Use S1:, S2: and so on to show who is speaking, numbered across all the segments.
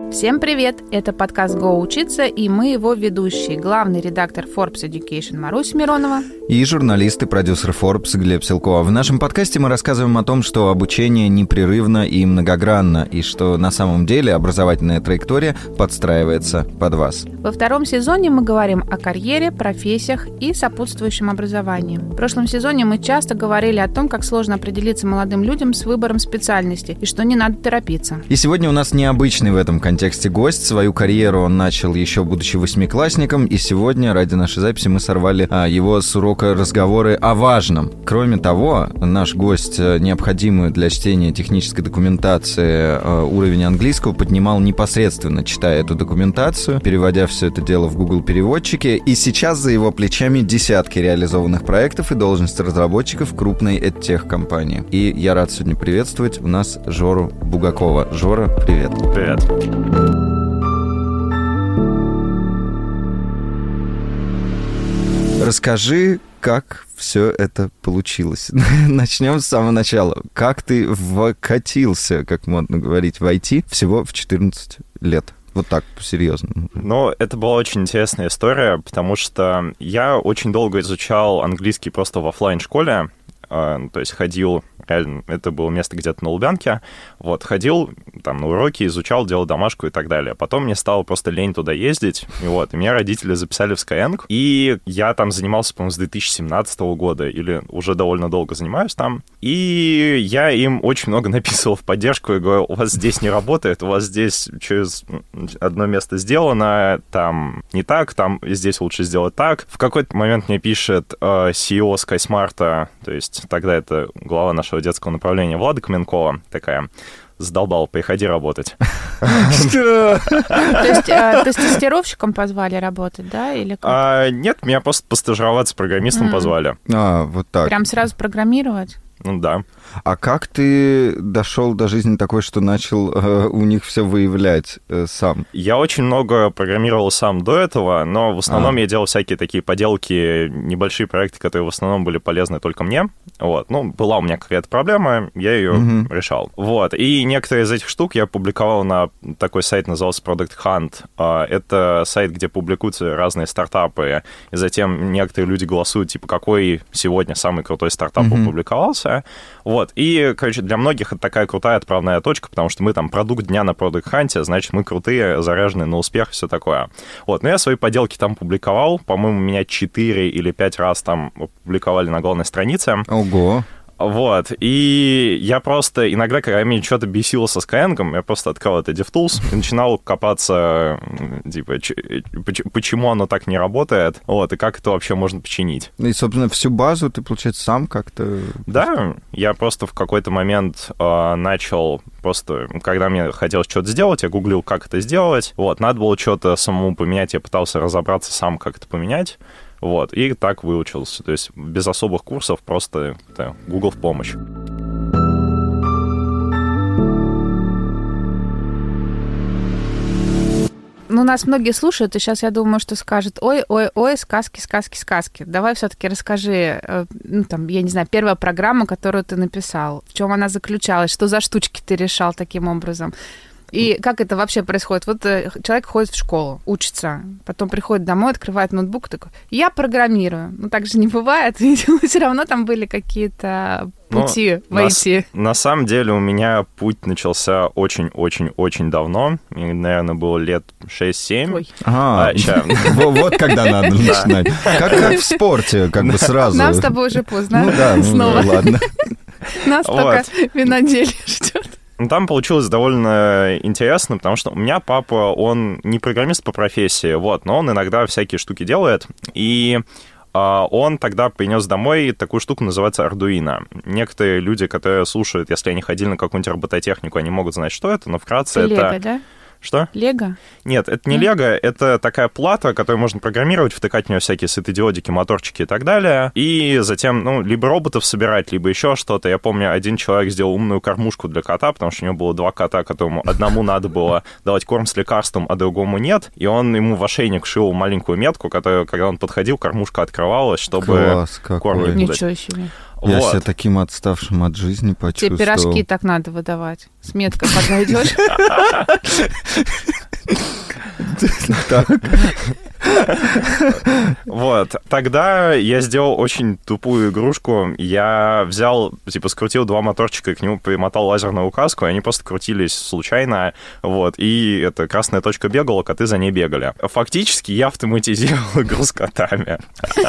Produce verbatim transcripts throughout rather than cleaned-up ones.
S1: Всем привет! Это подкаст «Го учиться», и мы его ведущие. Главный редактор Forbes Education Маруся Миронова.
S2: И журналист и продюсер Forbes Глеб Силко. В нашем подкасте мы рассказываем о том, что обучение непрерывно и многогранно, и что на самом деле образовательная траектория подстраивается под вас.
S1: Во втором сезоне мы говорим о карьере, профессиях и сопутствующем образовании. В прошлом сезоне мы часто говорили о том, как сложно определиться молодым людям с выбором специальности, и что не надо торопиться.
S2: И сегодня у нас необычный в этом контексте гость. Свою карьеру он начал еще будучи восьмиклассником, и сегодня ради нашей записи мы сорвали а, его с урока разговоры о важном. Кроме того, наш гость необходимую для чтения технической документации а, уровень английского поднимал непосредственно, читая эту документацию, переводя все это дело в Google переводчике, и сейчас за его плечами десятки реализованных проектов и должности разработчиков крупной эдтех-компании. И я рад сегодня приветствовать у нас Жору Бугакова. Жора, привет.
S3: Привет.
S2: Расскажи, как все это получилось. Начнем с самого начала. Как ты вкатился, как модно говорить, в ай ти всего в четырнадцать лет? Вот так, серьезно.
S3: Ну, это была очень интересная история, потому что я очень долго изучал английский просто в офлайн-школе, то есть ходил, реально, это было место где-то на Лубянке, вот, ходил там на уроки, изучал, делал домашку и так далее. Потом мне стало просто лень туда ездить, и вот, и меня родители записали в Skyeng, и я там занимался, по-моему, с две тысячи семнадцатого года, или уже довольно долго занимаюсь там, и я им очень много написывал в поддержку и говорил: у вас здесь не работает, у вас здесь через одно место сделано, там не так, там здесь лучше сделать так. В какой-то момент мне пишет э, си и о SkySmart, то есть тогда это глава нашего детского направления Влада Каменкова, такая: задолбал, приходи работать.
S1: Что? То есть то есть тестировщиком позвали работать, да? Или как?
S3: Нет, меня просто постажироваться программистом позвали.
S2: А, вот так.
S1: Прям сразу программировать?
S3: Ну да.
S2: А как ты дошел до жизни такой, что начал э, у них все выявлять э, сам?
S3: Я очень много программировал сам до этого, но в основном а. я делал всякие такие поделки, небольшие проекты, которые в основном были полезны только мне. Вот. Ну, была у меня какая-то проблема, я ее угу. решал. Вот. И некоторые из этих штук я публиковал на такой сайт, назывался Product Hunt. Это сайт, где публикуются разные стартапы, и затем некоторые люди голосуют, типа, какой сегодня самый крутой стартап угу. опубликовался. Вот, и, короче, для многих это такая крутая отправная точка, потому что мы там продукт дня на Product Hunt, значит, мы крутые, заряженные на успех, все такое. Вот, но я свои поделки там публиковал, по-моему, меня четыре или пять раз там опубликовали на главной странице.
S2: Ого!
S3: Вот, и я просто иногда, когда меня что-то бесило со Skyeng, я просто открывал это DevTools и начинал копаться, типа, ч- почему оно так не работает, вот, и как это вообще можно починить.
S2: И, собственно, всю базу ты, получается, сам как-то...
S3: Да, я просто в какой-то момент э, начал просто, когда мне хотелось что-то сделать, я гуглил, как это сделать, вот, надо было что-то самому поменять, я пытался разобраться сам, как это поменять. Вот, и так выучился. То есть без особых курсов, просто да, Google в помощь.
S1: Ну, нас многие слушают, и сейчас я думаю, что скажут: ой, ой, ой, сказки, сказки, сказки. Давай все-таки расскажи, ну, там, я не знаю, первая программа, которую ты написал, в чем она заключалась, что за штучки ты решал таким образом? И как это вообще происходит? Вот человек ходит в школу, учится, потом приходит домой, открывает ноутбук, такой: я программирую. Ну, так же не бывает, видимо, все равно там были какие-то пути ну, в ай ти.
S3: На, на самом деле у меня путь начался очень-очень-очень давно. Мне, наверное, было лет шесть-семь.
S2: Ой. А, вот когда надо начинать. Как в спорте, как бы сразу.
S1: Нам с тобой уже поздно.
S2: Ну да, ну ладно.
S1: Нас только виноделие ждет.
S3: Ну, там получилось довольно интересно, потому что у меня папа, он не программист по профессии, вот, но он иногда всякие штуки делает, и э, он тогда принес домой такую штуку, называется Arduino. Некоторые люди, которые слушают, если они ходили на какую-нибудь робототехнику, они могут знать, что это, но вкратце это...
S1: Лего, да?
S3: Что?
S1: Лего?
S3: Нет, это не Лего, это такая плата, которую можно программировать, втыкать в нее всякие светодиодики, моторчики и так далее, и затем, ну, либо роботов собирать, либо еще что-то. Я помню, один человек сделал умную кормушку для кота, потому что у него было два кота, которому одному надо было давать корм с лекарством, а другому нет, и он ему в ошейник шил маленькую метку, которая, когда он подходил, кормушка открывалась, чтобы
S2: Класс,
S3: корм не
S1: Ничего себе.
S2: Я
S3: Вот.
S2: себя таким отставшим от жизни почувствовал.
S1: Тебе пирожки так надо выдавать. С меткой подойдешь.
S2: Так.
S3: Вот. Тогда я сделал очень тупую игрушку. Я взял, типа, скрутил два моторчика и к нему примотал лазерную указку, и они просто крутились случайно. Вот. И эта красная точка бегала, коты за ней бегали. Фактически я автоматизировал игру с котами.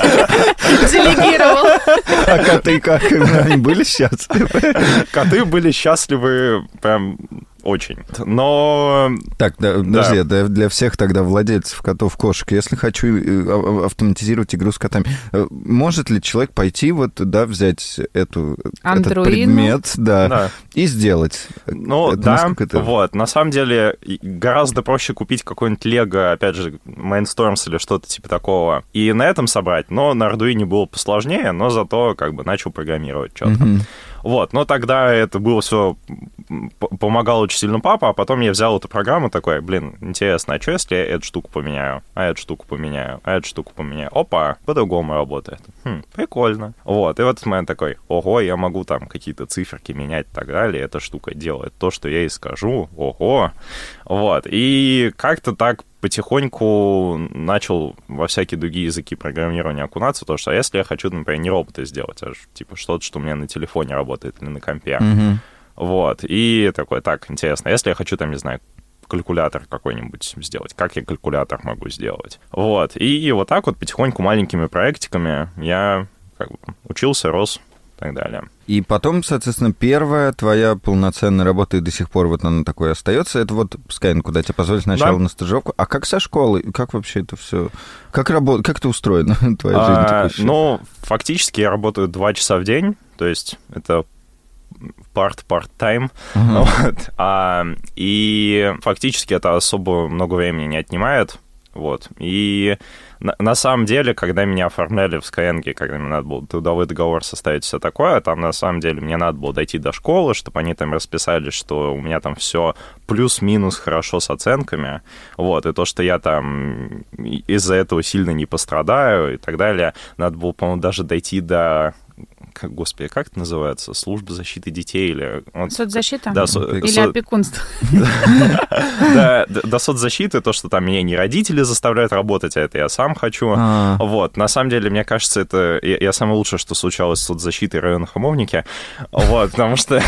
S1: Делегировал.
S2: А коты как? Они были счастливы?
S3: Коты были счастливы прям очень. Но...
S2: Так, да, подожди, да. Для всех тогда владельцев котов, кошек, если хочу автоматизировать игру с котами, может ли человек пойти вот, да, взять эту, этот предмет, да, да, и сделать?
S3: Ну,
S2: это,
S3: да,
S2: это...
S3: вот. На самом деле гораздо проще купить какой-нибудь Лего, опять же, Mindstorms или что-то типа такого, и на этом собрать. Но на Arduino было посложнее, но зато как бы начал программировать что-то. Mm-hmm. Вот, но тогда это было все, помогал очень сильно папа, а потом я взял эту программу такой, блин, интересно, а что если я эту штуку поменяю, а эту штуку поменяю, а эту штуку поменяю? Опа, по-другому работает. Хм, прикольно. Вот, и в этот момент такой, ого, я могу там какие-то циферки менять и так далее, эта штука делает то, что я ей скажу, ого. Вот, и как-то так потихоньку начал во всякие другие языки программирования окунаться, потому что а если я хочу, например, не робота сделать, а типа что-то, что у меня на телефоне работает или на компе. Mm-hmm. Вот, и такой, так, интересно, если я хочу, там, не знаю, калькулятор какой-нибудь сделать, как я калькулятор могу сделать? Вот, и вот так вот потихоньку маленькими проектиками я как бы учился, рос и так далее.
S2: И потом, соответственно, первая твоя полноценная работа, и до сих пор вот она такой остается, это вот Skyeng, куда тебе позволили сначала да. на стажировку. А как со школы? Как вообще это все? Как, работ... как это устроено, твоя жизнь
S3: а,
S2: текущая?
S3: Ну, фактически я работаю два часа в день, то есть это part-part-time, uh-huh. вот. а, и фактически это особо много времени не отнимает. Вот. И на, на самом деле, когда меня оформляли в Skyeng, когда мне надо было трудовой договор составить, все такое, там на самом деле мне надо было дойти до школы, чтобы они там расписали, что у меня там все плюс-минус хорошо с оценками, вот, и то, что я там из-за этого сильно не пострадаю и так далее. Надо было, по-моему, даже дойти до... Как, господи, как это называется? Служба защиты детей или...
S1: Соцзащита?
S3: Да, со...
S1: Или
S3: со...
S1: опекунство?
S3: Да, до соцзащиты, то, что там меня не родители заставляют работать, а это я сам хочу. Вот, на самом деле, мне кажется, это я самое лучшее, что случалось с соцзащитой района Хамовники. Вот, потому что...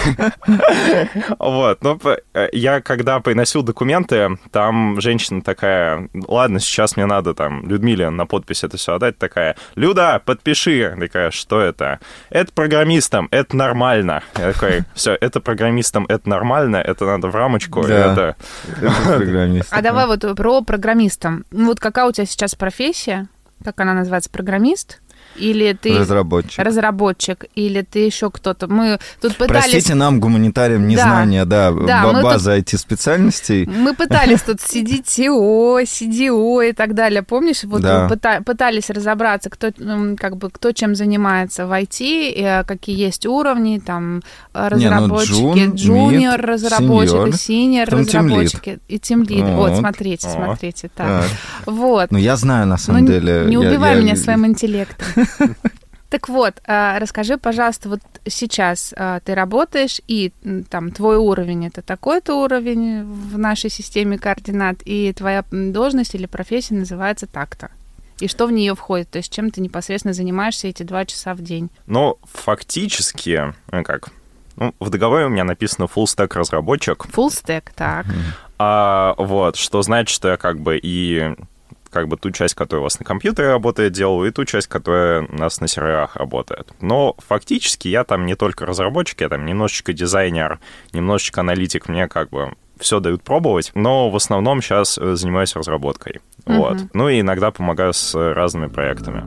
S3: Вот, ну, я когда приносил документы, там женщина такая, ладно, сейчас мне надо там Людмиле на подпись это все отдать, такая, Люда, подпиши. Такая, что это? Это программистам, это нормально. Я такой, все, это программистам, это нормально, это надо в рамочку.
S2: Да,
S3: это...
S2: это программист.
S1: А давай вот про программистам. Ну вот какая у тебя сейчас профессия? Как она называется? Программист? Или ты
S2: разработчик.
S1: разработчик, или ты еще кто-то. Мы тут пытались...
S2: Простите нам, гуманитариям, незнание, да, да, да база тут... ай ти-специальностей.
S1: Мы пытались тут си ди ти о, си ди о и так далее, помнишь? Вот да. мы пыта... пытались разобраться, кто, как бы, кто чем занимается в ай ти, и какие есть уровни, там, разработчики,
S2: Не, ну,
S1: джуниор разработчики, синьор разработчики и тимлид. Вот. вот, смотрите,
S2: О.
S1: смотрите, так. Вот.
S2: Ну, я знаю, на самом
S1: ну,
S2: деле.
S1: Не убивай
S2: я,
S1: меня
S2: я...
S1: своим интеллектом. Так вот, расскажи, пожалуйста, вот сейчас ты работаешь, и там твой уровень — это такой-то уровень в нашей системе координат, и твоя должность или профессия называется так-то. И что в нее входит? То есть чем ты непосредственно занимаешься эти два часа в день?
S3: Ну, фактически, как... Ну, в договоре у меня написано full-stack разработчик.
S1: Full-stack, так.
S3: А, вот, что значит, что я как бы и... как бы ту часть, которая у вас на компьютере работает, делаю, и ту часть, которая у нас на серверах работает. Но фактически я там не только разработчик, я там немножечко дизайнер, немножечко аналитик, мне как бы все дают пробовать, но в основном сейчас занимаюсь разработкой. Mm-hmm. Вот. Ну и иногда помогаю с разными проектами.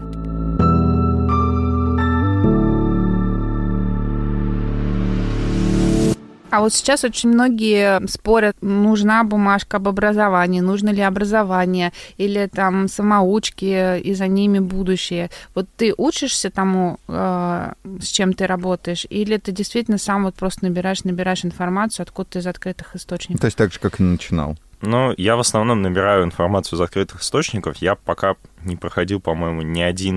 S1: А вот сейчас очень многие спорят, нужна бумажка об образовании, нужно ли образование, или там самоучки, и за ними будущее. Вот ты учишься тому, э, с чем ты работаешь, или ты действительно сам вот просто набираешь, набираешь информацию откуда-то из открытых источников?
S2: То есть так же, как и начинал?
S3: Ну, я в основном набираю информацию из открытых источников. Я пока не проходил, по-моему, ни один...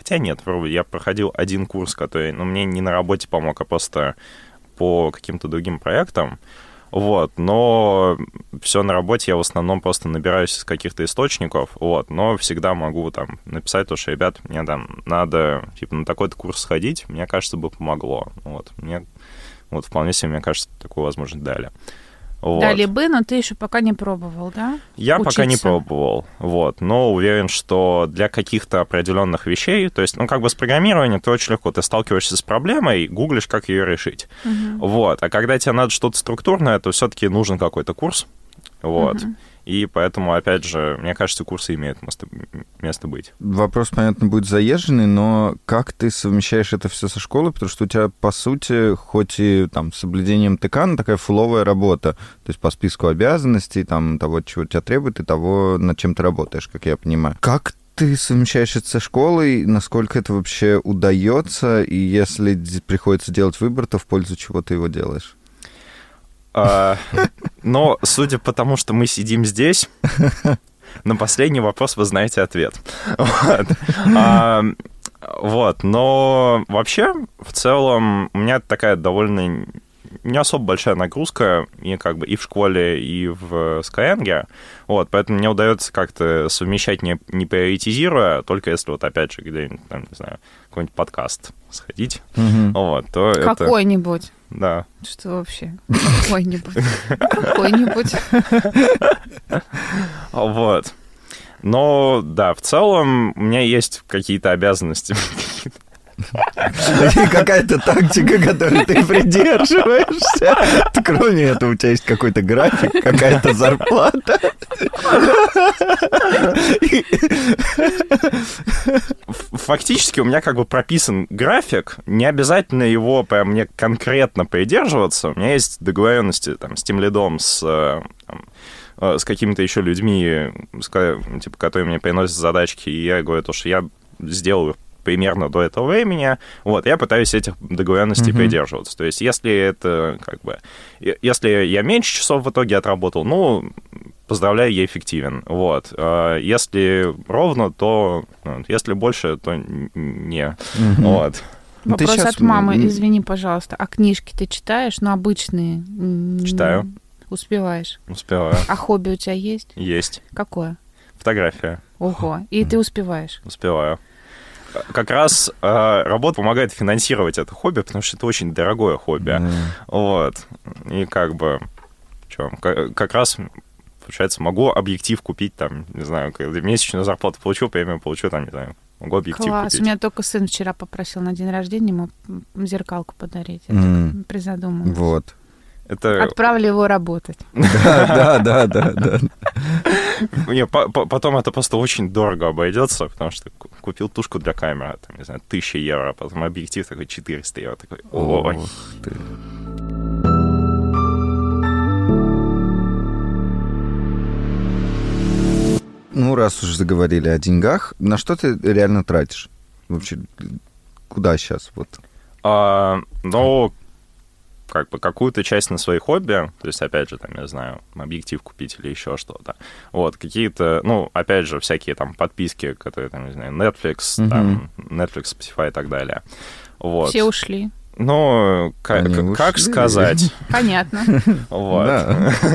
S3: Хотя нет, я проходил один курс, который, ну, мне не на работе помог, а просто по каким-то другим проектам. Вот, но все на работе я в основном просто набираюсь из каких-то источников, вот, но всегда могу там написать то, что, ребят, мне там надо, типа, на такой-то курс сходить, мне кажется, бы помогло. Вот, мне, вот, вполне себе, мне кажется, такую возможность дали. Вот.
S1: Дали бы, но ты еще пока не пробовал, да?
S3: Я
S1: Учиться.
S3: пока не пробовал, вот, но уверен, что для каких-то определенных вещей, то есть, ну, как бы с программированием ты очень легко, ты сталкиваешься с проблемой, гуглишь, как ее решить, угу. Вот, а когда тебе надо что-то структурное, то все-таки нужен какой-то курс, вот, угу. И поэтому, опять же, мне кажется, курсы имеют место, место быть.
S2: Вопрос, понятно, будет заезженный, но как ты совмещаешь это все со школой? Потому что у тебя, по сути, хоть и там с соблюдением ТК, но такая фуловая работа. То есть по списку обязанностей, там, того, чего тебя требует, и того, над чем ты работаешь, как я понимаю. Как ты совмещаешь это со школой? Насколько это вообще удается? И если приходится делать выбор, то в пользу чего ты его делаешь?
S3: Uh, но, судя по тому, что мы сидим здесь, на последний вопрос вы знаете ответ. Вот. Uh, вот, но вообще, в целом, у меня такая довольно не особо большая нагрузка и как бы и в школе, и в Skyeng. Вот, поэтому мне удается как-то совмещать, не, не приоритизируя, только если вот опять же где-нибудь, там, не знаю, какой-нибудь подкаст сходить, mm-hmm. вот, то
S1: Какой-нибудь?
S3: Это... Да.
S1: Что вообще? Какой-нибудь. Какой-нибудь.
S3: Вот. Но, да, в целом у меня есть какие-то обязанности.
S2: И какая-то тактика, которой ты придерживаешься. Кроме этого, у тебя есть какой-то график, какая-то зарплата.
S3: Фактически у меня как бы прописан график. Не обязательно его прям мне конкретно придерживаться. У меня есть договоренности там, с тимлидом, с... Там, с какими-то еще людьми, типа, которые мне приносят задачки, и я говорю, то, что я сделаю примерно до этого времени, вот, я пытаюсь этих договоренностей uh-huh. придерживаться. То есть, если это, как бы, если я меньше часов в итоге отработал, ну, поздравляю, я эффективен, вот. Если ровно, то, если больше, то не, uh-huh. вот.
S1: Вопрос сейчас... от мамы, извини, пожалуйста, а книжки ты читаешь, ну, обычные?
S3: Читаю.
S1: Успеваешь?
S3: Успеваю.
S1: А хобби у тебя есть?
S3: Есть.
S1: Какое?
S3: Фотография.
S1: Ого, и mm. ты успеваешь?
S3: Успеваю. Как раз э, работа помогает финансировать это хобби, потому что это очень дорогое хобби. Mm. Вот. И как бы, что, как, как раз, получается, могу объектив купить, там, не знаю, когда месячную зарплату получу, премию получу, там, не знаю, могу объектив
S1: Класс.
S3: купить.
S1: У меня только сын вчера попросил на день рождения ему зеркалку подарить. Я mm. так призадумалась.
S2: Вот.
S3: Это...
S1: Отправили его работать.
S2: Да, да, да, да.
S3: Потом это просто очень дорого обойдется, потому что купил тушку для камеры, там, не знаю, тысяча евро, потом объектив такой четыреста евро, такой, ой.
S2: Ну, раз уж заговорили о деньгах, на что ты реально тратишь? Вообще, куда сейчас? Вот.
S3: А, ну, как бы какую-то часть на свои хобби, то есть, опять же, там, я знаю, объектив купить или еще что-то. Вот, какие-то, ну, опять же, всякие там подписки, которые, там, не знаю, Netflix, mm-hmm. там, Netflix, Spotify и так далее. Вот.
S1: Все ушли.
S3: Ну, как, как сказать?
S1: Понятно.
S3: Вот.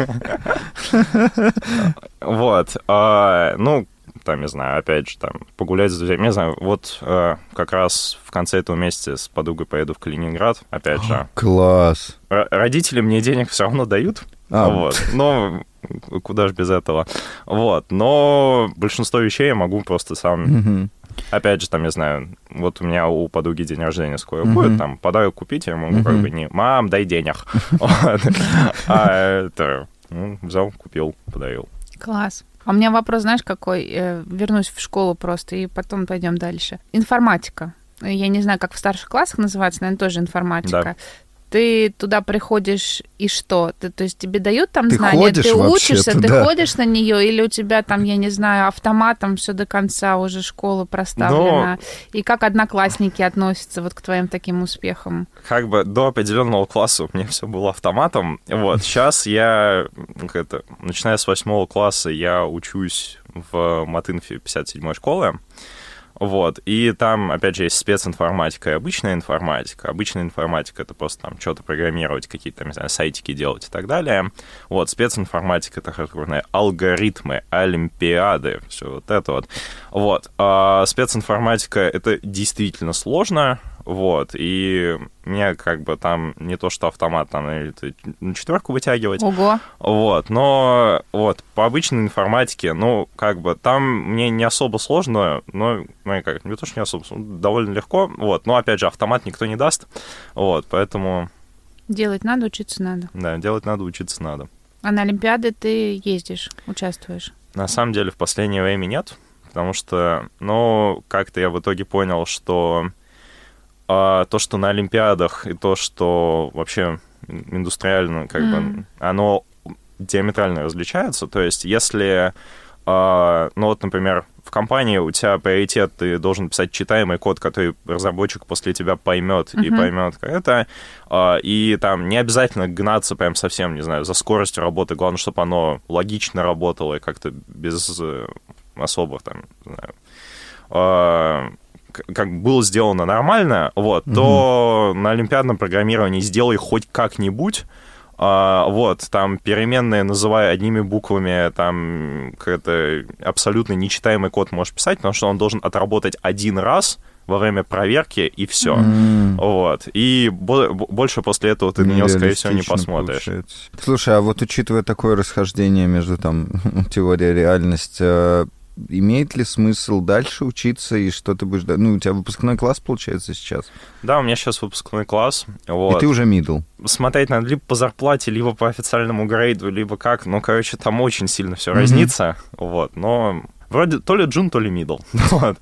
S3: Вот. Ну, там, не знаю, опять же, там, погулять с друзьями. Не знаю, вот э, как раз в конце этого месяца с подругой поеду в Калининград, опять же.
S2: Класс!
S3: Р- родители мне денег все равно дают, а, вот, но куда ж без этого. Вот, но большинство вещей я могу просто сам...
S2: Угу.
S3: Опять же, там, я знаю, вот у меня у подруги день рождения скоро uh-huh. будет, там, подарок купить, я могу uh-huh. как бы не «мам, дай денег», а это взял, купил, подарил.
S1: Класс. А у меня вопрос, знаешь, какой? Вернусь в школу просто, и потом пойдем дальше. Информатика. Я не знаю, как в старших классах называется, наверное, тоже информатика.
S3: Да.
S1: Ты туда приходишь, и что? Ты, то есть тебе дают там
S2: ты
S1: знания, ты учишься, ты
S2: да.
S1: ходишь на нее, или у тебя там, я не знаю, автоматом все до конца уже школа проставлена? Но... И как одноклассники относятся вот к твоим таким успехам?
S3: Как бы до определенного класса у меня все было автоматом. Вот, сейчас я, это, начиная с восьмого класса, я учусь в Матинфе пятьдесят седьмой школы. Вот, и там, опять же, есть специнформатика и обычная информатика. Обычная информатика — это просто там что-то программировать, какие-то, не знаю, сайтики делать и так далее. Вот, специнформатика — это хардкорные алгоритмы, олимпиады, все вот это вот. Вот, а специнформатика — это действительно сложно, вот, и мне как бы там не то, что автомат, там на четверку вытягивать.
S1: Ого.
S3: Вот, но вот по обычной информатике, ну, как бы там мне не особо сложно, но, ну, как, не то, что не особо, довольно легко, вот, но, опять же, автомат никто не даст, вот, поэтому...
S1: Делать надо, учиться надо.
S3: Да, делать надо, учиться надо.
S1: А на Олимпиады ты ездишь, участвуешь?
S3: На самом деле в последнее время нет, потому что, ну, как-то я в итоге понял, что... А то, что на Олимпиадах, и то, что вообще индустриально, как mm. бы, оно диаметрально различается. То есть, если, ну вот, например, в компании у тебя приоритет, ты должен писать читаемый код, который разработчик после тебя поймет mm-hmm. и поймет, как это, и там не обязательно гнаться прям совсем, не знаю, за скоростью работы, главное, чтобы оно логично работало и как-то без особых, там, не знаю, как было сделано нормально, вот, mm-hmm. то на олимпиадном программировании сделай хоть как-нибудь, а, вот, там переменные называй одними буквами, там какой-то абсолютно нечитаемый код можешь писать, потому что он должен отработать один раз во время проверки, и все. Mm. Вот. И бо- больше после этого ты на него, скорее всего, не посмотришь.
S2: Получается. Слушай, а вот учитывая такое расхождение между там теорией и реальностью, имеет ли смысл дальше учиться, и что ты будешь... Ну, у тебя выпускной класс, получается, сейчас?
S3: Да, у меня сейчас выпускной класс. Вот.
S2: И ты уже middle? Смотреть
S3: надо либо по зарплате, либо по официальному грейду, либо как. Ну, короче, там очень сильно все mm-hmm. разнится. Вот, но... Вроде то ли джун, то ли middle. Вот.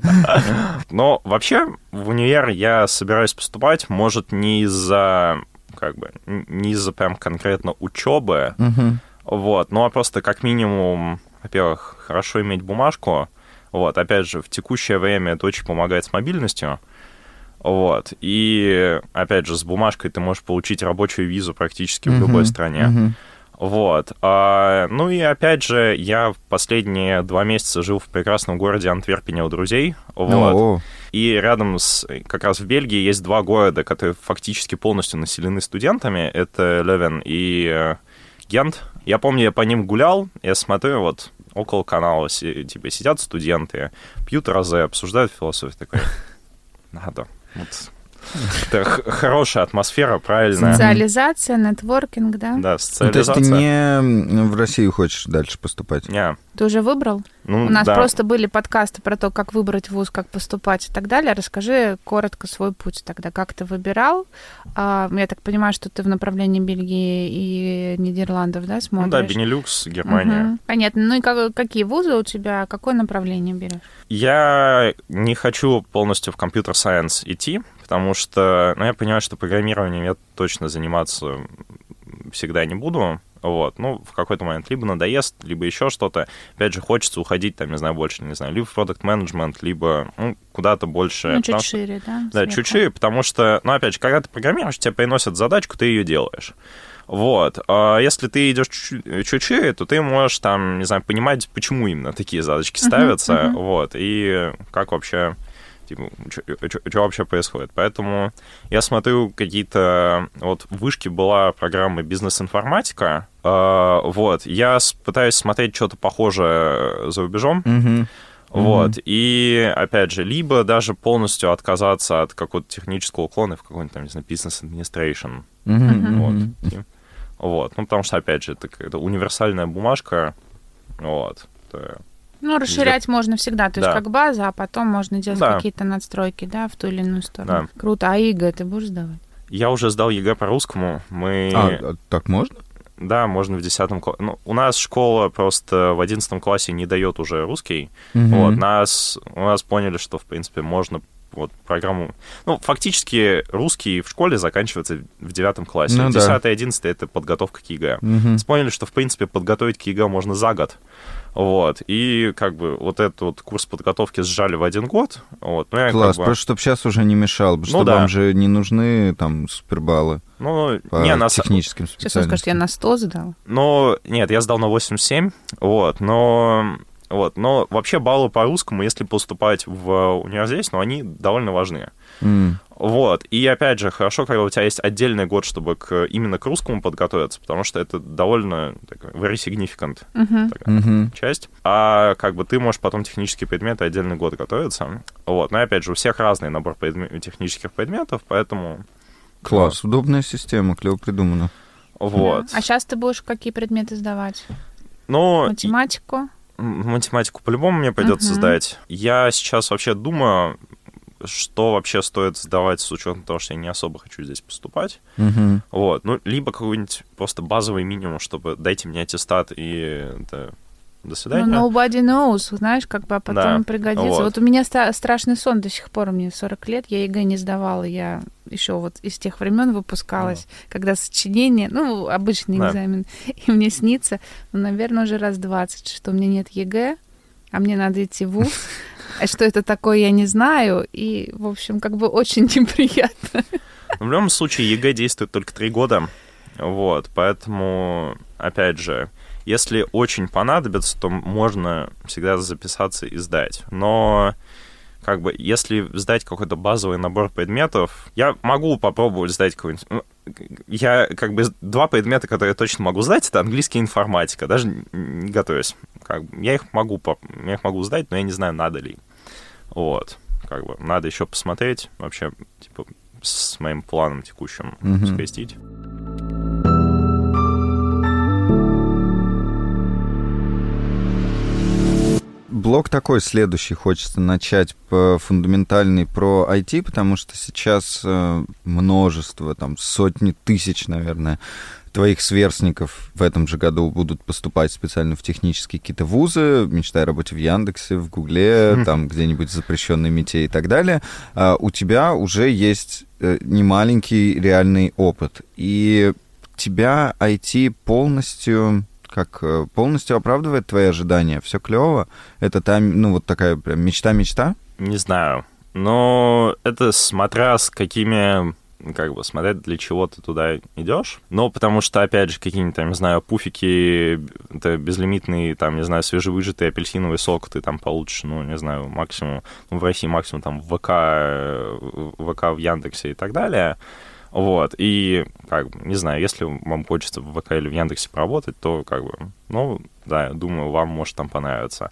S3: Но вообще в универ я собираюсь поступать, может, не из-за... Как бы... Не из-за прям конкретно учебы, mm-hmm. вот, ну, а просто как минимум... Во-первых, хорошо иметь бумажку. Вот, опять же, в текущее время это очень помогает с мобильностью. Вот, и, опять же, с бумажкой ты можешь получить рабочую визу практически uh-huh. в любой стране. Uh-huh. Вот. А, ну и, опять же, я в последние два месяца жил в прекрасном городе Антверпене у друзей. Вот. Oh. И рядом с... Как раз в Бельгии есть два города, которые фактически полностью населены студентами. Это Левен и Гент. Я помню, я по ним гулял, я смотрю, вот около канала типа сидят студенты, пьют розе, обсуждают философию. Такой, надо. Вот. Это хорошая атмосфера, правильная.
S1: Социализация, нетворкинг, да?
S3: Да, социализация.
S2: Ну, то есть ты не в Россию хочешь дальше поступать?
S3: Не.
S1: Ты уже выбрал?
S3: Ну,
S1: У нас
S3: да.
S1: просто были подкасты про то, как выбрать вуз, как поступать и так далее. Расскажи коротко свой путь тогда. Как ты выбирал? А, я так понимаю, что ты в направлении Бельгии и Нидерландов, да, смотришь?
S3: Ну да, Бенилюкс, Германия.
S1: Угу. Понятно. Ну и как, какие вузы у тебя? Какое направление берешь?
S3: Я не хочу полностью в компьютер-сайенс идти, потому что, ну, я понимаю, что программированием я точно заниматься всегда не буду. Вот, ну, в какой-то момент либо надоест, либо еще что-то. Опять же, хочется уходить, там, не знаю, больше, не знаю, либо в продакт-менеджмент, либо, ну, куда-то больше.
S1: Ну, чуть шире,
S3: что,
S1: да?
S3: Да, сверху. Чуть шире, потому что, ну, опять же, когда ты программируешь, тебе приносят задачку, ты ее делаешь. Вот. А если ты идешь чуть шире, то ты можешь, там, не знаю, понимать, почему именно такие задачки ставятся, uh-huh, uh-huh. вот, и как вообще... Типа, что вообще происходит. Поэтому я смотрю какие-то... Вот в вышке была программа «Бизнес-информатика». Э, вот. Я пытаюсь смотреть что-то похожее за рубежом. Mm-hmm. Вот. Mm-hmm. И, опять же, либо даже полностью отказаться от какого-то технического уклона в какой-нибудь, там, не знаю, бизнес-администрейшн. Mm-hmm. Вот. И, вот. Ну, потому что, опять же, это какая-то универсальная бумажка. Вот. Это...
S1: Ну, расширять для... можно всегда, то есть да. как база, а потом можно делать
S3: да.
S1: какие-то надстройки, да, в ту или иную сторону.
S3: Да.
S1: Круто. А ЕГЭ ты будешь сдавать?
S3: Я уже сдал ЕГЭ по русскому. Мы...
S2: А, так можно?
S3: Да, можно в десятом классе. Ну, у нас школа просто в одиннадцатом классе не дает уже русский. Угу. Вот, нас, у нас поняли, что, в принципе, можно вот программу... Ну, фактически русский в школе заканчивается в девятом классе. Ну, десятый и одиннадцатый — это подготовка к ЕГЭ. Угу. Поняли, что, в принципе, подготовить к ЕГЭ можно за год. Вот, и как бы вот этот вот курс подготовки сжали в один год. Вот. Ну, я
S2: Класс,
S3: как бы...
S2: просто чтобы сейчас уже не мешал, потому
S3: ну,
S2: что
S3: да.
S2: вам же не нужны там супербаллы
S3: ну,
S2: по
S3: не, на...
S2: техническим специальностям.
S1: Сейчас он скажет, я на сто сдал.
S3: Ну, нет, я сдал на восемьдесят семь, вот, но Вот. Но вообще баллы по русскому, если поступать в университет, ну, они довольно важны.
S2: Mm.
S3: Вот. И опять же, хорошо, когда у тебя есть отдельный год, чтобы к, именно к русскому подготовиться, потому что это довольно такая very significant
S1: uh-huh.
S3: такая
S2: uh-huh.
S3: часть. А как бы ты можешь потом технические предметы отдельный год готовиться. Вот. Но опять же, у всех разный набор предмет, технических предметов, поэтому...
S2: Класс, вот. Удобная система, клево придумана.
S3: Вот.
S1: Да. А сейчас ты будешь какие предметы сдавать?
S3: Ну,
S1: математику?
S3: И... Математику по-любому мне придется uh-huh. сдать. Я сейчас вообще думаю... что вообще стоит сдавать с учетом того, что я не особо хочу здесь поступать.
S2: Uh-huh.
S3: Вот. Ну, либо какой-нибудь просто базовый минимум, чтобы дайте мне аттестат и это, до свидания.
S1: Ну, nobody knows, знаешь, как бы, а потом
S3: да.
S1: пригодится. Вот. вот у меня ста- страшный сон до сих пор, мне сорок лет, я ЕГЭ не сдавала, я еще вот из тех времен выпускалась, uh-huh. когда сочинение, ну, обычный
S3: да.
S1: экзамен, и мне снится, ну, наверное, уже раз двадцать, что у меня нет ЕГЭ, а мне надо идти в вуз. А что это такое, я не знаю. И, в общем, как бы очень неприятно.
S3: В любом случае, ЕГЭ действует только три года. Вот, поэтому, опять же, если очень понадобится, то можно всегда записаться и сдать. Но, как бы, если сдать какой-то базовый набор предметов, я могу попробовать сдать какой-нибудь... Я, как бы, два предмета, которые я точно могу сдать, это английский и информатика, даже не готовясь. Как бы, я их могу, я их могу сдать, но я не знаю, надо ли. Вот, как бы, надо еще посмотреть, вообще, типа, с моим планом текущим mm-hmm. скрестить.
S2: Блок такой следующий хочется начать по фундаментальный про ай ти, потому что сейчас множество, там, сотни тысяч, наверное, твоих сверстников в этом же году будут поступать специально в технические какие-то вузы, мечтая о работе в Яндексе, в Гугле, mm. там где-нибудь запрещенной МИТе и так далее. А у тебя уже есть немаленький реальный опыт, и тебя ай ти полностью... как полностью оправдывает твои ожидания? Все клево? Это та, ну, вот такая прям мечта-мечта?
S3: Не знаю. Но это смотря с какими... как бы смотреть, для чего ты туда идешь. Но потому что, опять же, какие-нибудь, там, не знаю, пуфики, это безлимитный, там, не знаю, свежевыжатый апельсиновый сок ты там получишь, ну, не знаю, максимум, ну, в России максимум там в ВК, в ВК в Яндексе и так далее. Вот, и, как бы, не знаю, если вам хочется в ВК или в Яндексе поработать, то, как бы, ну, да, я думаю, вам может там понравиться.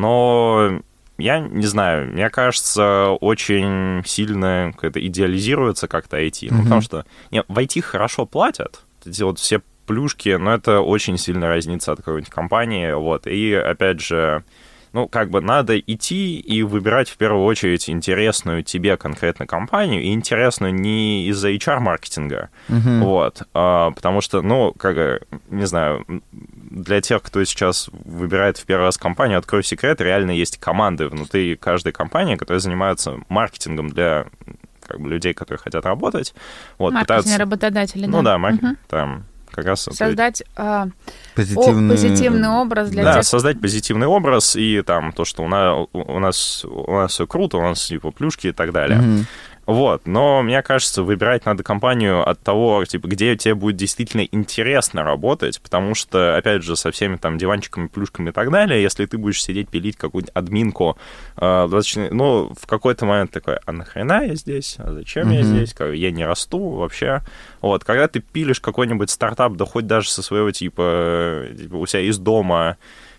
S3: Но я не знаю, мне кажется, очень сильно как-то идеализируется как-то ай ти. Mm-hmm. Ну, потому что не, в ай ти хорошо платят, эти вот все плюшки, но это очень сильно разнится от какой-нибудь компании, вот, и, опять же, ну, как бы надо идти и выбирать в первую очередь интересную тебе конкретно компанию, и интересную не из-за эйч ар-маркетинга, uh-huh. вот, а, потому что, ну, как, не знаю, для тех, кто сейчас выбирает в первый раз компанию, открою секрет, реально есть команды внутри каждой компании, которые занимаются маркетингом для, как бы, людей, которые хотят работать. Вот,
S1: маркетинг,
S3: пытаются...
S1: работодатели, да?
S3: Ну да, маркетинг,
S1: uh-huh.
S3: там... как раз
S1: создать э,
S2: позитивный...
S1: О, позитивный образ для
S3: да,
S1: тех...
S3: создать позитивный образ, и там то, что у нас, у нас, у нас все круто, у нас типа плюшки и так далее. Mm-hmm. Вот, но мне кажется, выбирать надо компанию от того, типа, где тебе будет действительно интересно работать, потому что, опять же, со всеми там диванчиками, плюшками и так далее, если ты будешь сидеть пилить какую-нибудь админку, э, ну, в какой-то момент такой, а нахрена я здесь? А зачем mm-hmm. я здесь? Я не расту вообще. Вот, когда ты пилишь какой-нибудь стартап, да хоть даже со своего типа, типа у себя из дома,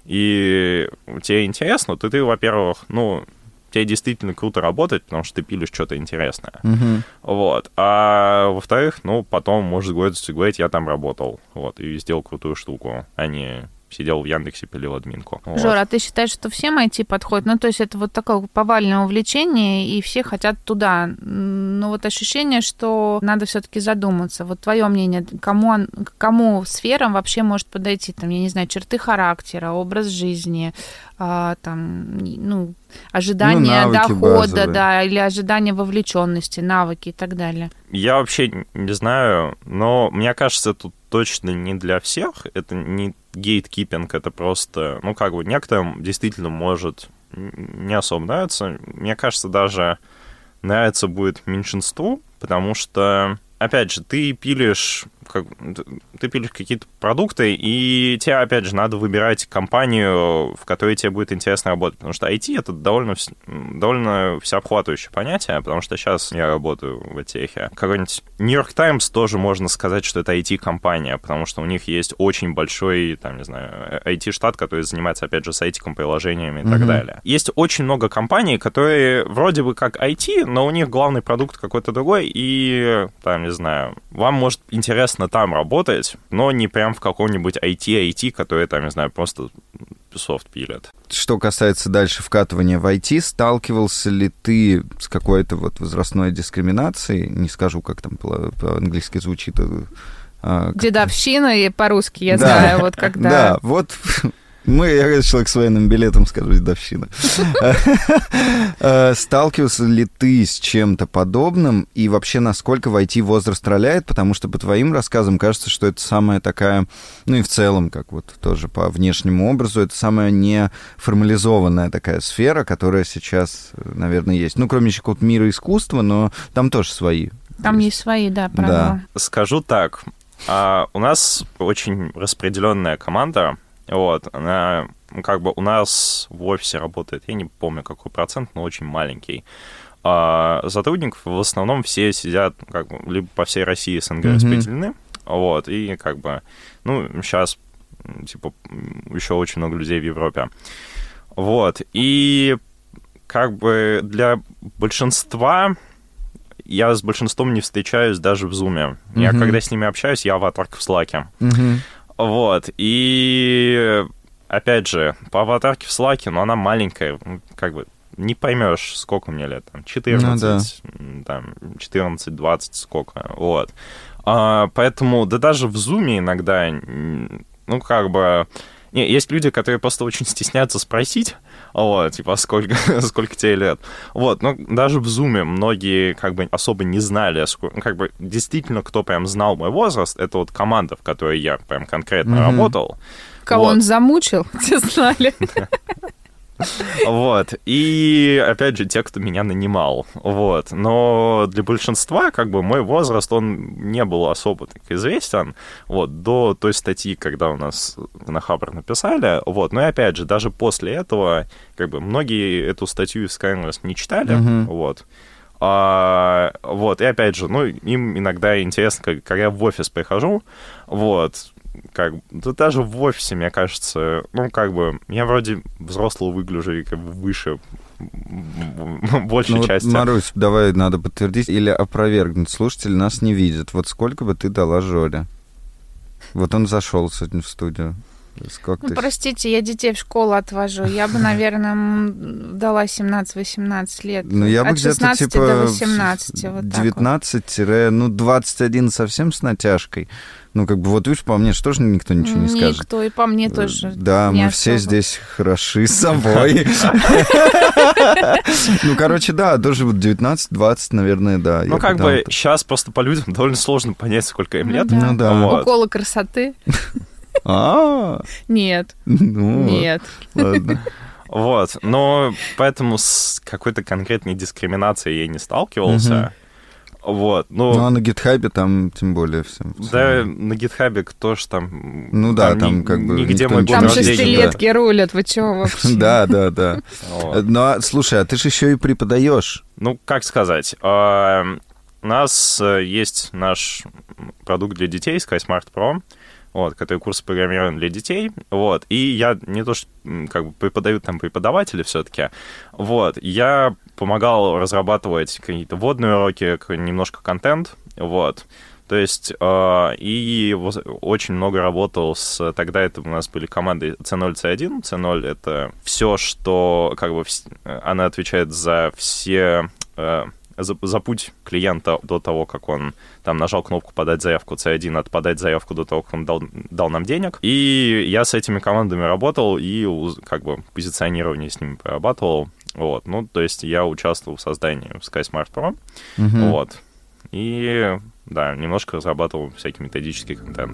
S3: и тебе интересно, то ты, во-первых, ну... тебе действительно круто работать, потому что ты пилишь что-то интересное. Uh-huh. Вот. А во-вторых, ну, потом, может, гордостью говорить, я там работал, вот, и сделал крутую штуку, а не сидел в Яндексе, пилил админку. Вот.
S1: Жора, а ты считаешь, что всем ай ти подходит? Ну, то есть это вот такое повальное увлечение, и все хотят туда. Но вот ощущение, что надо все-таки задуматься. Вот твое мнение, кому, кому сферам вообще может подойти? Там, я не знаю, черты характера, образ жизни, а, там, ну, ожидание ну, дохода, базовые. Да, или ожидание вовлеченности, навыки и так далее.
S3: Я вообще не знаю, но мне кажется, тут точно не для всех. Это не гейткипинг, это просто, ну, как бы, некоторым действительно может не особо нравиться. Мне кажется, даже нравится будет меньшинству, потому что, опять же, ты пилишь как, ты пилишь какие-то продукты, и тебе, опять же, надо выбирать компанию, в которой тебе будет интересно работать. Потому что ай ти — это довольно, довольно всеобхватывающее понятие, потому что сейчас я работаю в техе. Какой-нибудь New York Times тоже можно сказать, что это ай ти-компания, потому что у них есть очень большой, там, не знаю, ай ти-штат, который занимается, опять же, сайтиком, приложениями и mm-hmm. так далее. Есть очень много компаний, которые вроде бы как ай ти, но у них главный продукт какой-то другой, и, там, не знаю, вам может интересно там работать, но не прям в каком-нибудь ай ти-ай ти, который, там, не знаю, просто софт пилят.
S2: Что касается дальше вкатывания в ай ти, сталкивался ли ты с какой-то вот возрастной дискриминацией? Не скажу, как там по-английски звучит. А,
S1: Дедовщина, и по-русски я
S2: да,
S1: знаю, вот когда...
S2: Да, вот... Мы, я человек с военным билетом, скажу, дедовщина. Сталкивался ли ты с чем-то подобным? И вообще, насколько в ай ти возраст роляет? Потому что по твоим рассказам кажется, что это самая такая... Ну и в целом, как вот тоже по внешнему образу, это самая неформализованная такая сфера, которая сейчас, наверное, есть. Ну, кроме еще какого-то мира искусства, но там тоже свои.
S1: Там есть, есть свои, да, правила.
S2: Да.
S3: Скажу так. А, у нас очень распределенная команда. Вот, она, как бы у нас в офисе работает, я не помню, какой процент, но очень маленький. А сотрудников в основном все сидят, как бы, либо по всей России СНГ mm-hmm. распределены, вот, и как бы, ну, сейчас, типа, еще очень много людей в Европе. Вот, и как бы для большинства... Я с большинством не встречаюсь даже в Zoom. Mm-hmm. Я когда с ними общаюсь, я аватарка в Slack. Mm-hmm. Вот, и опять же, по аватарке в Slack, но она маленькая, как бы не поймешь, сколько мне лет, там, четырнадцать, ну, да. там, четырнадцать-двадцать, сколько, вот. А, поэтому, да даже в Zoom иногда, ну, как бы... Не, есть люди, которые просто очень стесняются спросить, вот, типа, сколько, сколько тебе лет. Вот, но даже в Zoom многие, как бы, особо не знали, сколько, как бы, действительно, кто прям знал мой возраст, это вот команда, в которой я прям конкретно mm-hmm. работал.
S1: Кого
S3: вот.
S1: Он замучил, те знали.
S3: Вот, и, опять же, те, кто меня нанимал, вот, но для большинства, как бы, мой возраст, он не был особо так известен, вот, до той статьи, когда у нас на Хабр написали, вот, но и, опять же, даже после этого, как бы, многие эту статью из Skynet не читали, mm-hmm. вот, а, вот, и, опять же, ну, им иногда интересно, когда я в офис прихожу, вот, как да даже в офисе, мне кажется, ну, как бы, я вроде взрослого выгляжу и как бы выше большей
S2: ну,
S3: части.
S2: Вот, Марусь, давай надо подтвердить или опровергнуть. Слушатели нас не видят. Вот сколько бы ты дала Жоле? Вот он зашел сегодня в студию. Сколько
S1: ну,
S2: ты...
S1: простите, я детей в школу отвожу. Я бы, наверное, дала семнадцать-восемнадцать лет.
S2: Ну, я бы
S1: от
S2: где-то,
S1: шестнадцати
S2: типа,
S1: до восемнадцати. Вот
S2: девятнадцать, ну, двадцать один совсем с натяжкой. Ну, как бы, вот видишь, по мне же тоже никто ничего не скажет.
S1: Никто, и по мне тоже.
S2: Да, мы все здесь хороши с собой. Ну, короче, да, тоже вот девятнадцать-двадцать, наверное, да.
S3: Ну, как бы, сейчас просто по людям довольно сложно понять, сколько им лет.
S2: Ну, да.
S1: Уколы красоты.
S2: А,
S1: нет,
S2: ну,
S1: нет.
S2: Ладно.
S3: Вот, но поэтому с какой-то конкретной дискриминацией я не сталкивался. Вот, ну...
S2: Ну, а на гитхабе там тем более всем.
S3: Да, на гитхабе кто ж там...
S2: Ну да, там, там как бы...
S3: Нигде мой
S1: Там шестилетки рулят, вы чего вообще?
S2: Да, да, да. Ну, слушай, а ты же еще и преподаешь.
S3: Ну, как сказать, у нас есть наш продукт для детей, SkySmart Pro, вот, который курс программирования для детей, вот, и я не то, что как бы преподаю там преподаватели все-таки, вот, я помогал разрабатывать какие-то вводные уроки, немножко контент, вот, то есть, э, и очень много работал с, тогда это у нас были команды си ноль, си один, си ноль это все, что, как бы, она отвечает за все... Э, За, за путь клиента до того, как он там нажал кнопку «Подать заявку», си один — это «Подать заявку» до того, как он дал, дал нам денег. И я с этими командами работал и как бы позиционирование с ними прорабатывал. Вот. Ну, то есть я участвовал в создании SkySmart Pro. Uh-huh. Вот. И, да, немножко разрабатывал всякий методический контент.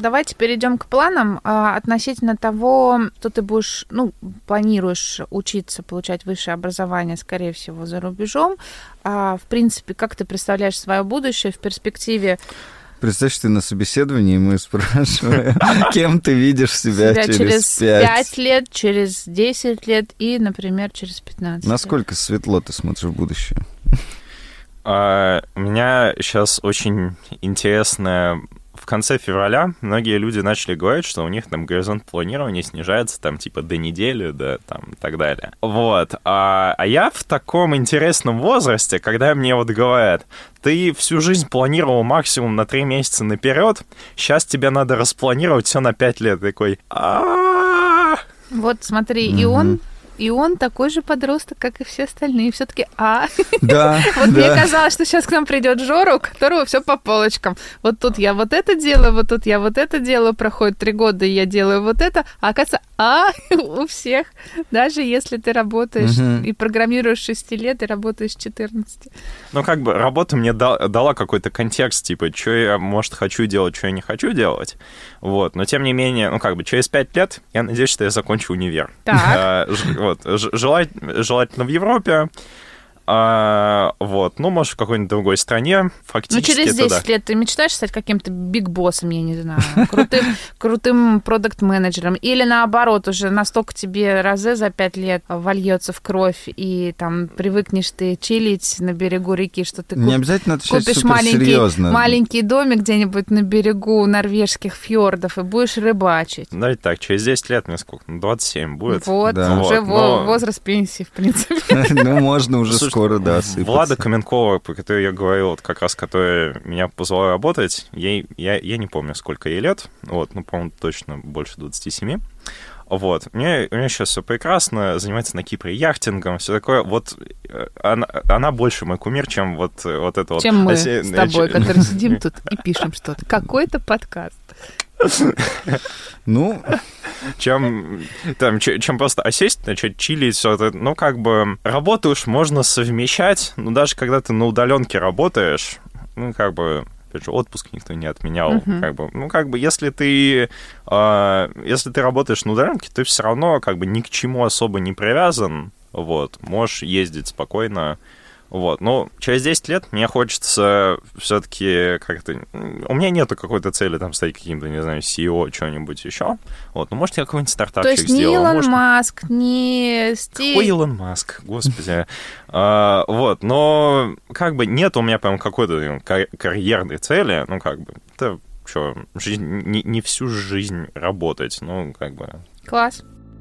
S1: давайте перейдем к планам а, относительно того, что ты будешь, ну, планируешь учиться, получать высшее образование, скорее всего, за рубежом. А, в принципе, как ты представляешь свое будущее в перспективе?
S2: Представь, ты на собеседовании, и мы спрашиваем, кем ты видишь себя, себя через
S1: пять лет, через десять лет и, например, через пятнадцать.
S2: Насколько лет. Светло ты смотришь в будущее?
S3: Uh, у меня сейчас очень интересная... В конце февраля многие люди начали говорить, что у них там горизонт планирования снижается там типа до недели, да, там и так далее. Вот. А, а я в таком интересном возрасте, когда мне вот говорят, ты всю жизнь планировал максимум на три месяца наперед, сейчас тебе надо распланировать все на пять лет. Такой...
S1: Вот смотри, и он... И он такой же подросток, как и все остальные. Все-таки а.
S2: Да.
S1: Вот
S2: да.
S1: мне казалось, что сейчас к нам придет Жора, у которого все по полочкам. Вот тут я вот это делаю, вот тут я вот это делаю. Проходит три года, и я делаю вот это. А оказывается, а у всех. Даже если ты работаешь угу. и программируешь с шести лет, и работаешь с четырнадцати.
S3: Ну, как бы работа мне да, дала какой-то контекст, типа, что я, может, хочу делать, что я не хочу делать. Вот. Но, тем не менее, ну, как бы, через пять лет я надеюсь, что я закончу универ.
S1: Так.
S3: Вот, желать, желательно в Европе, а, вот, ну, может, в какой-нибудь другой стране, фактически.
S1: Ну, через десять
S3: туда.
S1: лет ты мечтаешь стать каким-то биг-боссом, я не знаю, крутым, крутым продакт-менеджером, или наоборот, уже настолько тебе розе за пять лет вольется в кровь, и там привыкнешь ты чилить на берегу реки, что ты куп...
S2: не обязательно
S1: купишь маленький, маленький домик где-нибудь на берегу норвежских фьордов и будешь рыбачить.
S3: Давайте так, через десять лет мне сколько? двадцать семь будет.
S1: Вот, да. Уже вот, но... возраст пенсии, в принципе.
S2: Ну, можно уже скоро, да,
S3: сыпаться. Влада Каменкова, по которой я говорил, вот как раз, которая меня позвала работать, ей, я, я не помню, сколько ей лет, вот, ну, по-моему, точно больше двадцати семи. Вот. У меня, у меня сейчас все прекрасно, занимается на Кипре яхтингом, все такое. Вот она, она больше мой кумир, чем вот, вот это вот.
S1: Чем мы с тобой, которые сидим тут и пишем что-то. Какой-то подкаст.
S2: Ну,
S3: чем, там, чем просто осесть, начать чилить, все это, ну, как бы, работу уж можно совмещать, но даже когда ты на удаленке работаешь, ну, как бы, опять же, отпуск никто не отменял, uh-huh. как бы, ну, как бы, если ты, э, если ты работаешь на удаленке, ты все равно, как бы, ни к чему особо не привязан, вот, можешь ездить спокойно. Вот, ну, через десять лет мне хочется все-таки как-то... У меня нету какой-то цели там стать каким-то, не знаю, си и о, что-нибудь еще. Вот, ну, может, я какой-нибудь стартапчик сделаю.
S1: То есть не Илон
S3: может...
S1: Маск, не Стив...
S3: Какой Илон Маск, господи. а, вот, но как бы нет у меня прям какой-то кар- карьерной цели. Ну, как бы, это что, жизнь, не, не всю жизнь работать, ну, как бы...
S1: Класс.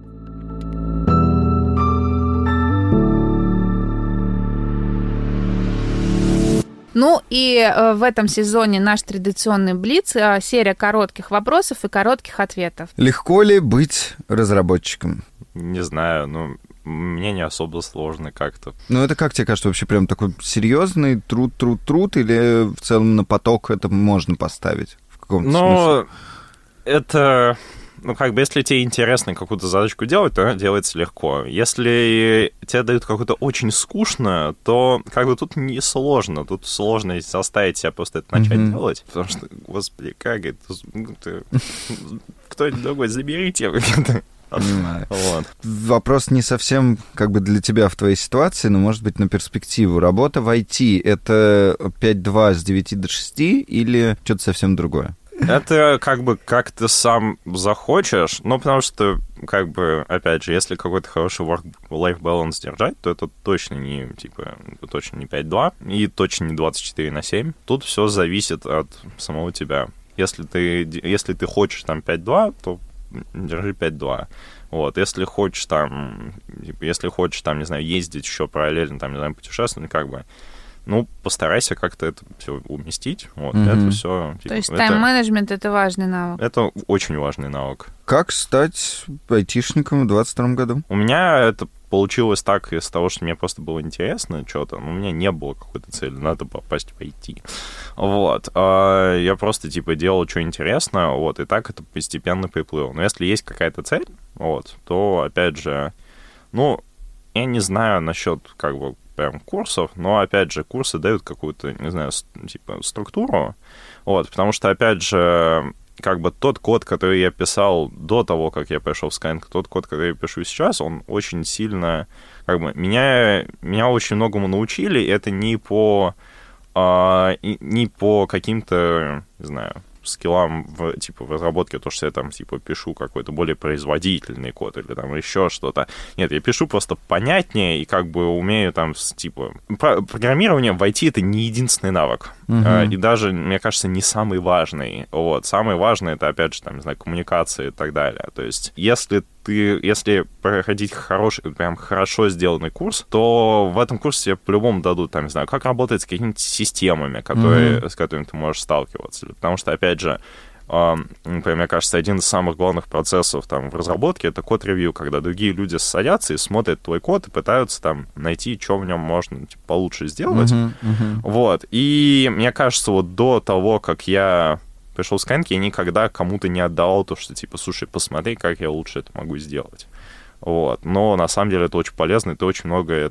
S1: Ну и э, в этом сезоне наш традиционный блиц, э, серия коротких вопросов и коротких ответов.
S2: Легко ли быть разработчиком?
S3: Не знаю, ну, мне не особо сложно как-то.
S2: Ну это как тебе кажется, вообще прям такой серьезный труд, труд, труд, или в целом на поток это можно поставить в каком-то
S3: Но
S2: смысле?
S3: Это... Ну, как бы, если тебе интересно какую-то задачку делать, то она делается легко. Если тебе дают какую-то очень скучно, то как бы тут не сложно. Тут сложно заставить себя просто это начать mm-hmm. делать. Потому что, господи, как это... Кто-нибудь другой, заберите.
S2: Понимаю. Вот. Вопрос не совсем как бы для тебя в твоей ситуации, но, может быть, на перспективу. Работа в ай ти — это пять два с девяти до шести или что-то совсем другое?
S3: Это как бы как ты сам захочешь, ну, потому что, как бы, опять же, если какой-то хороший work-life balance держать, то это точно не, типа, точно не пять два и точно не двадцать четыре на семь. Тут все зависит от самого тебя. Если ты, если ты хочешь там пять два, то держи пять два. Вот, если хочешь там, если хочешь там, не знаю, ездить еще параллельно, там, не знаю, путешествовать, как бы, ну, постарайся как-то это все уместить. Вот, mm-hmm. это все. Типа,
S1: то есть тайм-менеджмент — это важный навык.
S3: Это очень важный навык.
S2: Как стать айтишником в двадцать втором году?
S3: У меня это получилось так из того, что мне просто было интересно что-то, но у меня не было какой-то цели, надо попасть в ай ти. Вот. А я просто, типа, делал, что интересно, вот, и так это постепенно приплыло. Но если есть какая-то цель, вот, то, опять же, ну, я не знаю насчет, как бы, прям курсов, но, опять же, курсы дают какую-то, не знаю, типа, структуру, вот, потому что, опять же, как бы тот код, который я писал до того, как я пришел в Skyeng, тот код, который я пишу сейчас, он очень сильно, как бы, меня, меня очень многому научили. Это не по, а, не по каким-то, не знаю, скиллам в, типа, в разработке, то, что я там, типа, пишу какой-то более производительный код или там еще что-то. Нет, я пишу просто понятнее и как бы умею там, типа... Программирование в ай ти — это не единственный навык. Uh-huh. И даже, мне кажется, не самый важный. Вот. Самый важный — это, опять же, там, не знаю, коммуникации и так далее. То есть, если ты, если проходить хороший, прям хорошо сделанный курс, то в этом курсе тебе по-любому дадут, там, не знаю, как работать с какими-то системами, которые, uh-huh. с которыми ты можешь сталкиваться. Потому что, опять же, например, мне кажется, один из самых главных процессов там, в разработке — это код-ревью, когда другие люди садятся и смотрят твой код и пытаются там найти, что в нем можно типа, получше сделать. Uh-huh, uh-huh. Вот. И мне кажется, вот до того, как я пришел в Skyeng, я никогда кому-то не отдавал то, что типа, слушай, посмотри, как я лучше это могу сделать. Вот. Но на самом деле это очень полезно, и ты очень многое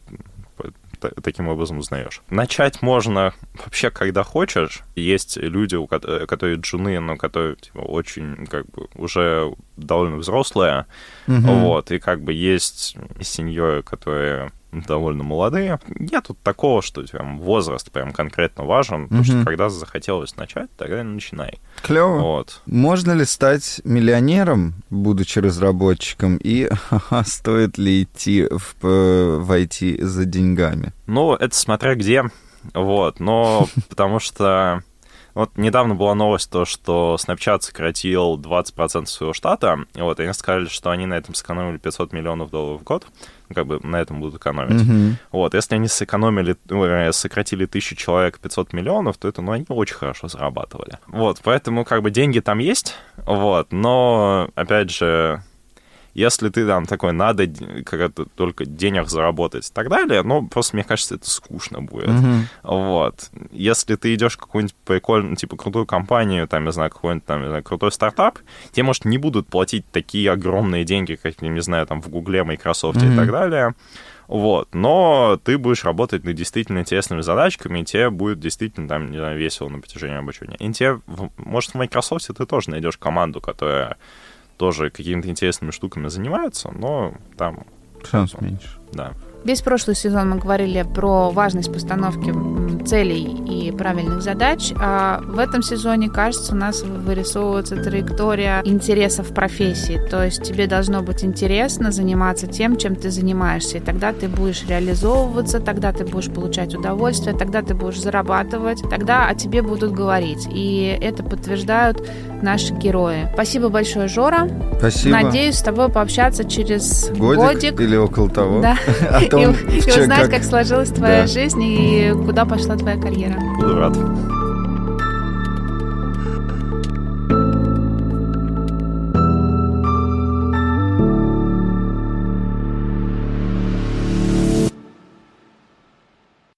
S3: таким образом узнаешь. Начать можно вообще, когда хочешь. Есть люди, которые джуны, но которые типа, очень, как бы, уже довольно взрослые. Mm-hmm. Вот, и как бы есть сеньоры, которые довольно молодые. Нет тут такого, что прям, возраст прям конкретно важен, mm-hmm. потому что когда захотелось начать, тогда начинай.
S2: Клево.
S3: Вот.
S2: Можно ли стать миллионером, будучи разработчиком, и ха-ха, стоит ли идти в, в ай ти за деньгами?
S3: Ну, это смотря где, вот, но потому что... Вот недавно была новость, то, что Snapchat сократил двадцать процентов своего штата, и вот они сказали, что они на этом сэкономили пятьсот миллионов долларов в год, ну, как бы на этом будут экономить. Mm-hmm. Вот, если они сэкономили, сократили тысячу человек пятьсот миллионов, то это, ну, они очень хорошо зарабатывали. Вот, поэтому, как бы, деньги там есть, вот, но, опять же, если ты там такой, надо как-то только денег заработать и так далее, ну, просто, мне кажется, это скучно будет. Mm-hmm. Вот. Если ты идешь в какую-нибудь прикольную, типа, крутую компанию, там, не знаю, какой-нибудь там, не знаю, крутой стартап, тебе, может, не будут платить такие огромные деньги, как, не знаю, там, в Гугле, Microsoft mm-hmm. и так далее. Вот. Но ты будешь работать над действительно интересными задачками, и тебе будет действительно, там, не знаю, весело на протяжении обучения. И тебе, может, в Microsoft ты тоже найдешь команду, которая тоже какими-то интересными штуками занимаются, но там...
S2: Шанс меньше.
S3: Да.
S1: Весь прошлый сезон мы говорили про важность постановки целей и правильных задач, а в этом сезоне, кажется, у нас вырисовывается траектория интересов профессии, то есть тебе должно быть интересно заниматься тем, чем ты занимаешься, и тогда ты будешь реализовываться, тогда ты будешь получать удовольствие, тогда ты будешь зарабатывать, тогда о тебе будут говорить, и это подтверждают наши герои. Спасибо большое, Жора.
S2: Спасибо.
S1: Надеюсь с тобой пообщаться через
S2: годик,
S1: годик.
S2: Или около того.
S1: Да. И, и узнать, как... как сложилась твоя
S2: да.
S1: жизнь и куда пошла твоя карьера.
S3: Буду рад.